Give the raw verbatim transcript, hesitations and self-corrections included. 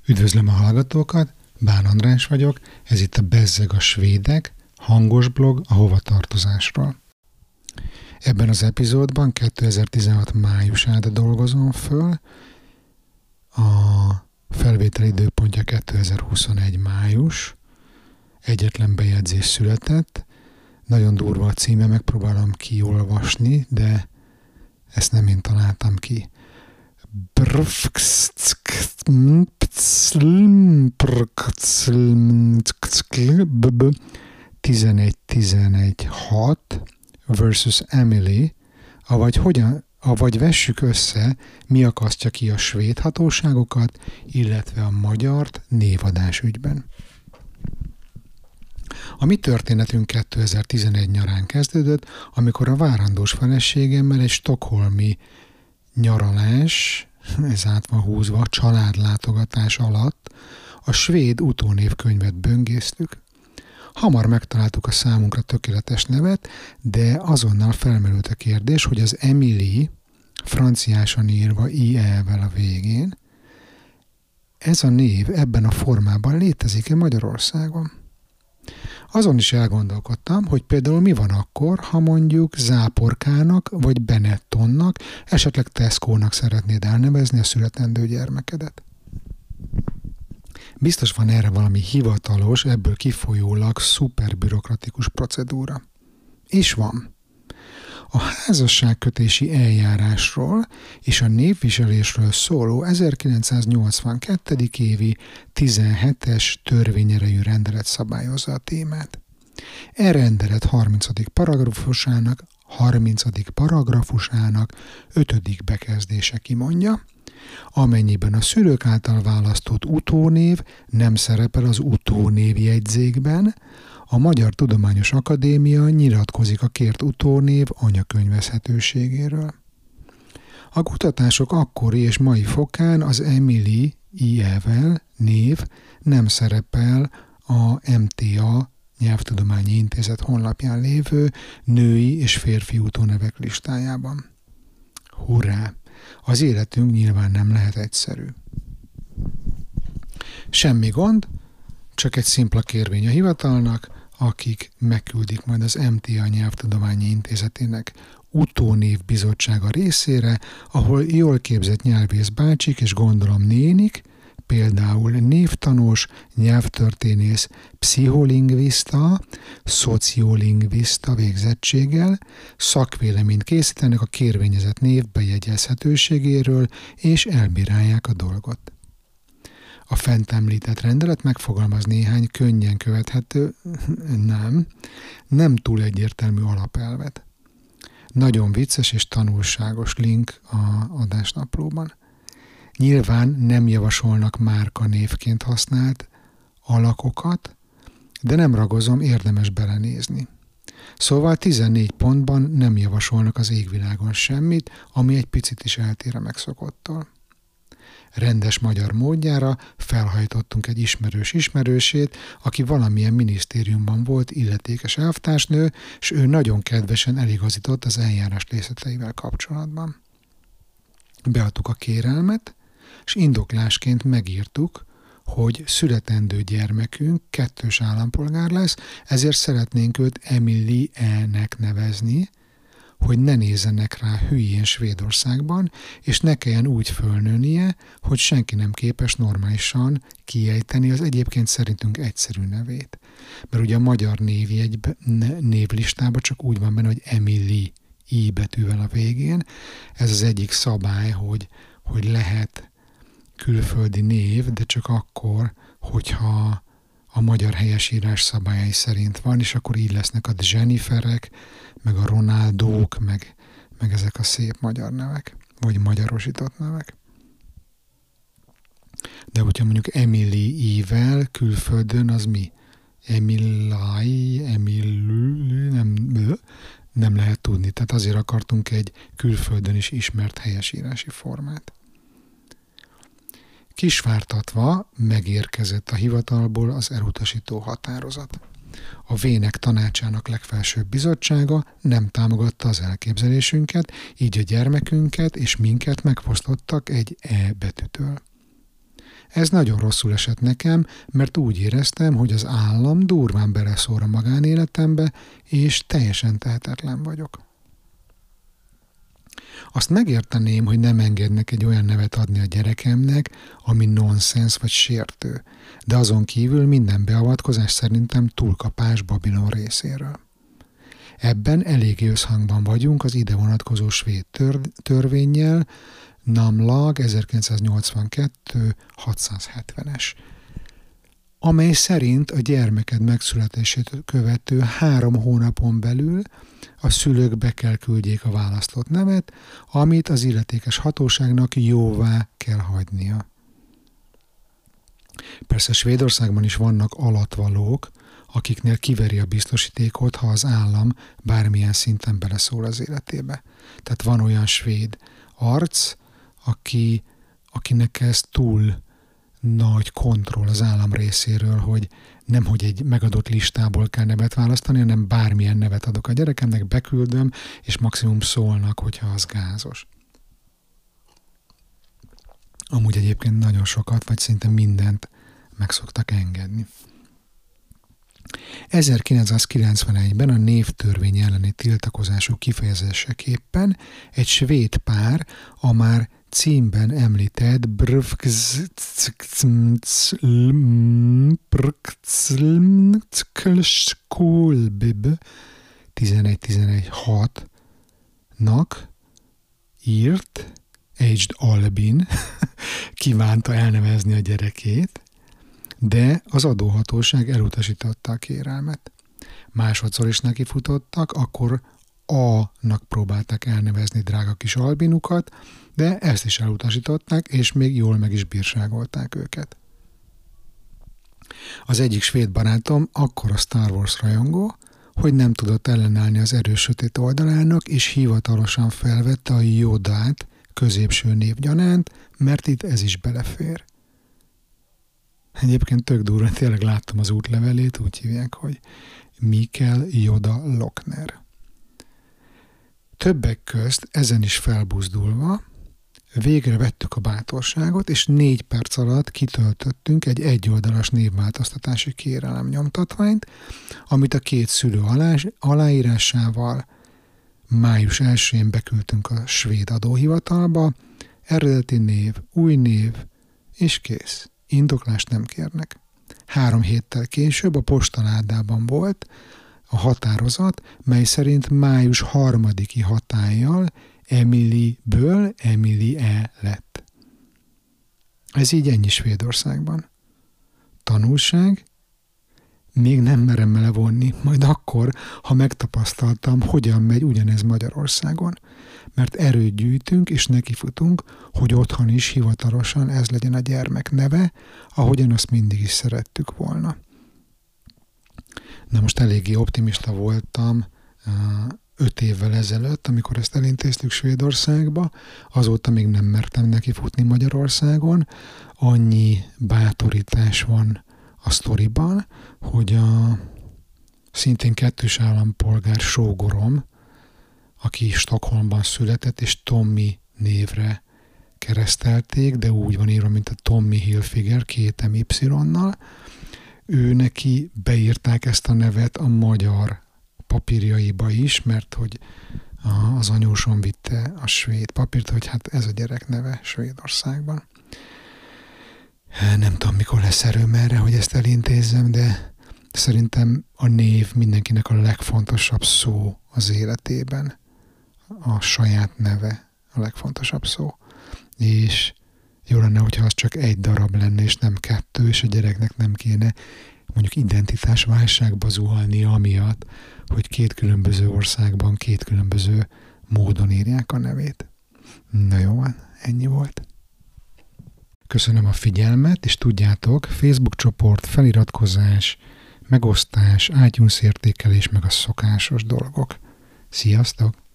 Üdvözlöm a hallgatókat, Bán András vagyok, ez itt a Bezzeg a svédek, hangos blog a hovatartozásról. Ebben az epizódban kétezer-tizenhat májusát dolgozom föl, a felvétel időpontja kétezer-huszonegy május, egyetlen bejegyzés született, nagyon durva a címe, megpróbálom kiolvasni, de ezt nem én találtam ki. tizenegy tizenegy hat versus Emily, avagy hogyan, avagy vessük össze, mi akasztja ki a svéd hatóságokat, illetve a magyart névadás ügyben. A mi történetünk kétezer-tizenegy nyarán kezdődött, amikor a várandós feleségemmel egy stockholmi nyaralás, ez át van húzva, családlátogatás alatt a svéd utónévkönyvet böngésztük. Hamar megtaláltuk a számunkra tökéletes nevet, de azonnal felmerült a kérdés, hogy az Emily, franciásan írva i e-vel a végén, ez a név ebben a formában létezik-e Magyarországon? Azon is elgondolkodtam, hogy például mi van akkor, ha mondjuk Záporkának vagy Benettonnak, esetleg Tesco-nak szeretnéd elnevezni a születendő gyermekedet. Biztos van erre valami hivatalos, ebből kifolyólag szuperbürokratikus procedúra. És van. A házasságkötési eljárásról és a névviselésről szóló ezerkilencszáznyolcvankettő évi tizenhetes törvényerejű rendelet szabályozza a témát. E rendelet harmincadik paragrafusának, harmincadik paragrafusának ötödik bekezdése kimondja, amennyiben a szülők által választott utónév nem szerepel az utónévjegyzékben, a Magyar Tudományos Akadémia nyilatkozik a kért utónév anyakönyvezhetőségéről. A kutatások akkori és mai fokán az Emily i e-vel név nem szerepel a em té á Nyelvtudományi Intézet honlapján lévő női és férfi utónevek listájában. Hurrá! Az életünk nyilván nem lehet egyszerű. Semmi gond, csak egy szimpla kérvény a hivatalnak, akik megküldik majd az em té á Nyelvtudományi Intézetének utónév bizottsága részére, ahol jól képzett nyelvész bácsik és gondolom nénik, például névtanós, nyelvtörténész, pszicholingvista, szociolingvista végzettséggel szakvéleményt készítenek a kérvényezett név bejegyezhetőségéről és elbírálják a dolgot. A fent említett rendelet megfogalmaz néhány könnyen követhető, nem, nem túl egyértelmű alapelvet. Nagyon vicces és tanulságos link a adásnaplóban. Nyilván nem javasolnak márkanévként használt alakokat, de nem ragozom, érdemes belenézni. Szóval tizennégy pontban nem javasolnak az égvilágon semmit, ami egy picit is eltér a megszokottól. Rendes magyar módjára felhajtottunk egy ismerős ismerősét, aki valamilyen minisztériumban volt illetékes elvtársnő, és ő nagyon kedvesen eligazított az eljárás részleteivel kapcsolatban. Beadtuk a kérelmet, és indoklásként megírtuk, hogy születendő gyermekünk kettős állampolgár lesz, ezért szeretnénk őt Emily E-nek nevezni, hogy ne nézzenek rá hülyén Svédországban, és ne kelljen úgy fölnőnie, hogy senki nem képes normálisan kiejteni az egyébként szerintünk egyszerű nevét. Mert ugye a magyar névjegy, névlistában csak úgy van benne, hogy Emily, i betűvel a végén. Ez az egyik szabály, hogy, hogy lehet külföldi név, de csak akkor, hogyha a magyar helyesírás szabályai szerint van, és akkor így lesznek a Jenniferek, meg a Ronaldók, meg, meg ezek a szép magyar nevek, vagy magyarosított nevek. De hogyha mondjuk Emily I-vel külföldön, az mi? Emily, Emily, nem, nem lehet tudni. Tehát azért akartunk egy külföldön is ismert helyesírási formát. Kisvártatva megérkezett a hivatalból az elutasító határozat. A Vének tanácsának legfelsőbb bizottsága nem támogatta az elképzelésünket, így a gyermekünket és minket megfosztottak egy E betűtől. Ez nagyon rosszul esett nekem, mert úgy éreztem, hogy az állam durván beleszól a magánéletembe, és teljesen tehetetlen vagyok. Azt megérteném, hogy nem engednek egy olyan nevet adni a gyerekemnek, ami nonsens vagy sértő, de azon kívül minden beavatkozás szerintem túlkapás Babilon részéről. Ebben eléggé összhangban vagyunk az ide vonatkozó svéd tör- törvénnyel, Namlag ezerkilencszáznyolcvankettő hatszázhetvenes, amely szerint a gyermeked megszületését követő három hónapon belül a szülők be kell küldjék a választott nevet, amit az illetékes hatóságnak jóvá kell hagynia. Persze Svédországban is vannak alatvalók, akiknél kiveri a biztosítékot, ha az állam bármilyen szinten beleszól az életébe. Tehát van olyan svéd arc, aki, akinek ez túl nagy kontroll az állam részéről, hogy nemhogy egy megadott listából kell nevet választani, hanem bármilyen nevet adok a gyerekemnek, beküldöm, és maximum szólnak, hogyha az gázos. Amúgy egyébként nagyon sokat, vagy szinte mindent meg szoktak engedni. ezerkilencszázkilencvenegyben a névtörvény elleni tiltakozások kifejezéseképpen egy svéd pár a már címben említett Brvkzlmprkzlmtsklskolbib tizenegy tizenegy hatnak írt, aged Albin kívánta elnevezni a gyerekét, de az adóhatóság elutasította a kérelmet. Másodszor is nekifutottak, akkor A-nak próbálták elnevezni drága kis Albinukat, de ezt is elutasították, és még jól meg is bírságolták őket. Az egyik svéd barátom akkora Star Wars rajongó, hogy nem tudott ellenállni az erős sötét oldalának, és hivatalosan felvette a Yodát középső névgyanánt, mert itt ez is belefér. Egyébként tök durva, tényleg láttam az útlevelét, úgy hívják, hogy Mikael Yoda Lochner. Többek közt ezen is felbuzdulva végre vettük a bátorságot, és négy perc alatt kitöltöttünk egy egyoldalas névváltoztatási kérelem nyomtatványt, amit a két szülő alá, aláírásával május elsején beküldtünk a svéd adóhivatalba, eredeti név, új név, és kész. Indoklást nem kérnek. Három héttel később a postaládában volt a határozat, mely szerint május harmadiki hatállyal Emilyből Emilie lett. Ez így ennyi Svédországban. Tanulság? Még nem merem levonni, majd akkor, ha megtapasztaltam, hogyan megy ugyanez Magyarországon. Mert erőt gyűjtünk és nekifutunk, hogy otthon is hivatalosan ez legyen a gyermek neve, ahogyan azt mindig is szerettük volna. Na most eléggé optimista voltam öt évvel ezelőtt, amikor ezt elintéztük Svédországba, azóta még nem mertem nekifutni Magyarországon. Annyi bátorítás van a sztoriban, hogy a szintén kettős állampolgár sógorom, aki Stockholmban született, és Tommy névre keresztelték, de úgy van írva, mint a Tommy Hilfiger, két em y-nal. Ő neki beírták ezt a nevet a magyar papírjaiba is, mert hogy az anyósom vitte a svéd papírt, hogy hát ez a gyerek neve Svédországban. Nem tudom, mikor lesz erőm erre, hogy ezt elintézzem, de szerintem a név mindenkinek a legfontosabb szó az életében. A saját neve a legfontosabb szó. És jó lenne, hogyha az csak egy darab lenne, és nem kettő, és a gyereknek nem kéne mondjuk identitásválságba zuhalnia amiatt, hogy két különböző országban két különböző módon írják a nevét. Na jó van, ennyi volt. Köszönöm a figyelmet, és tudjátok, Facebook csoport, feliratkozás, megosztás, iTunes értékelés, meg a szokásos dolgok. Sziasztok!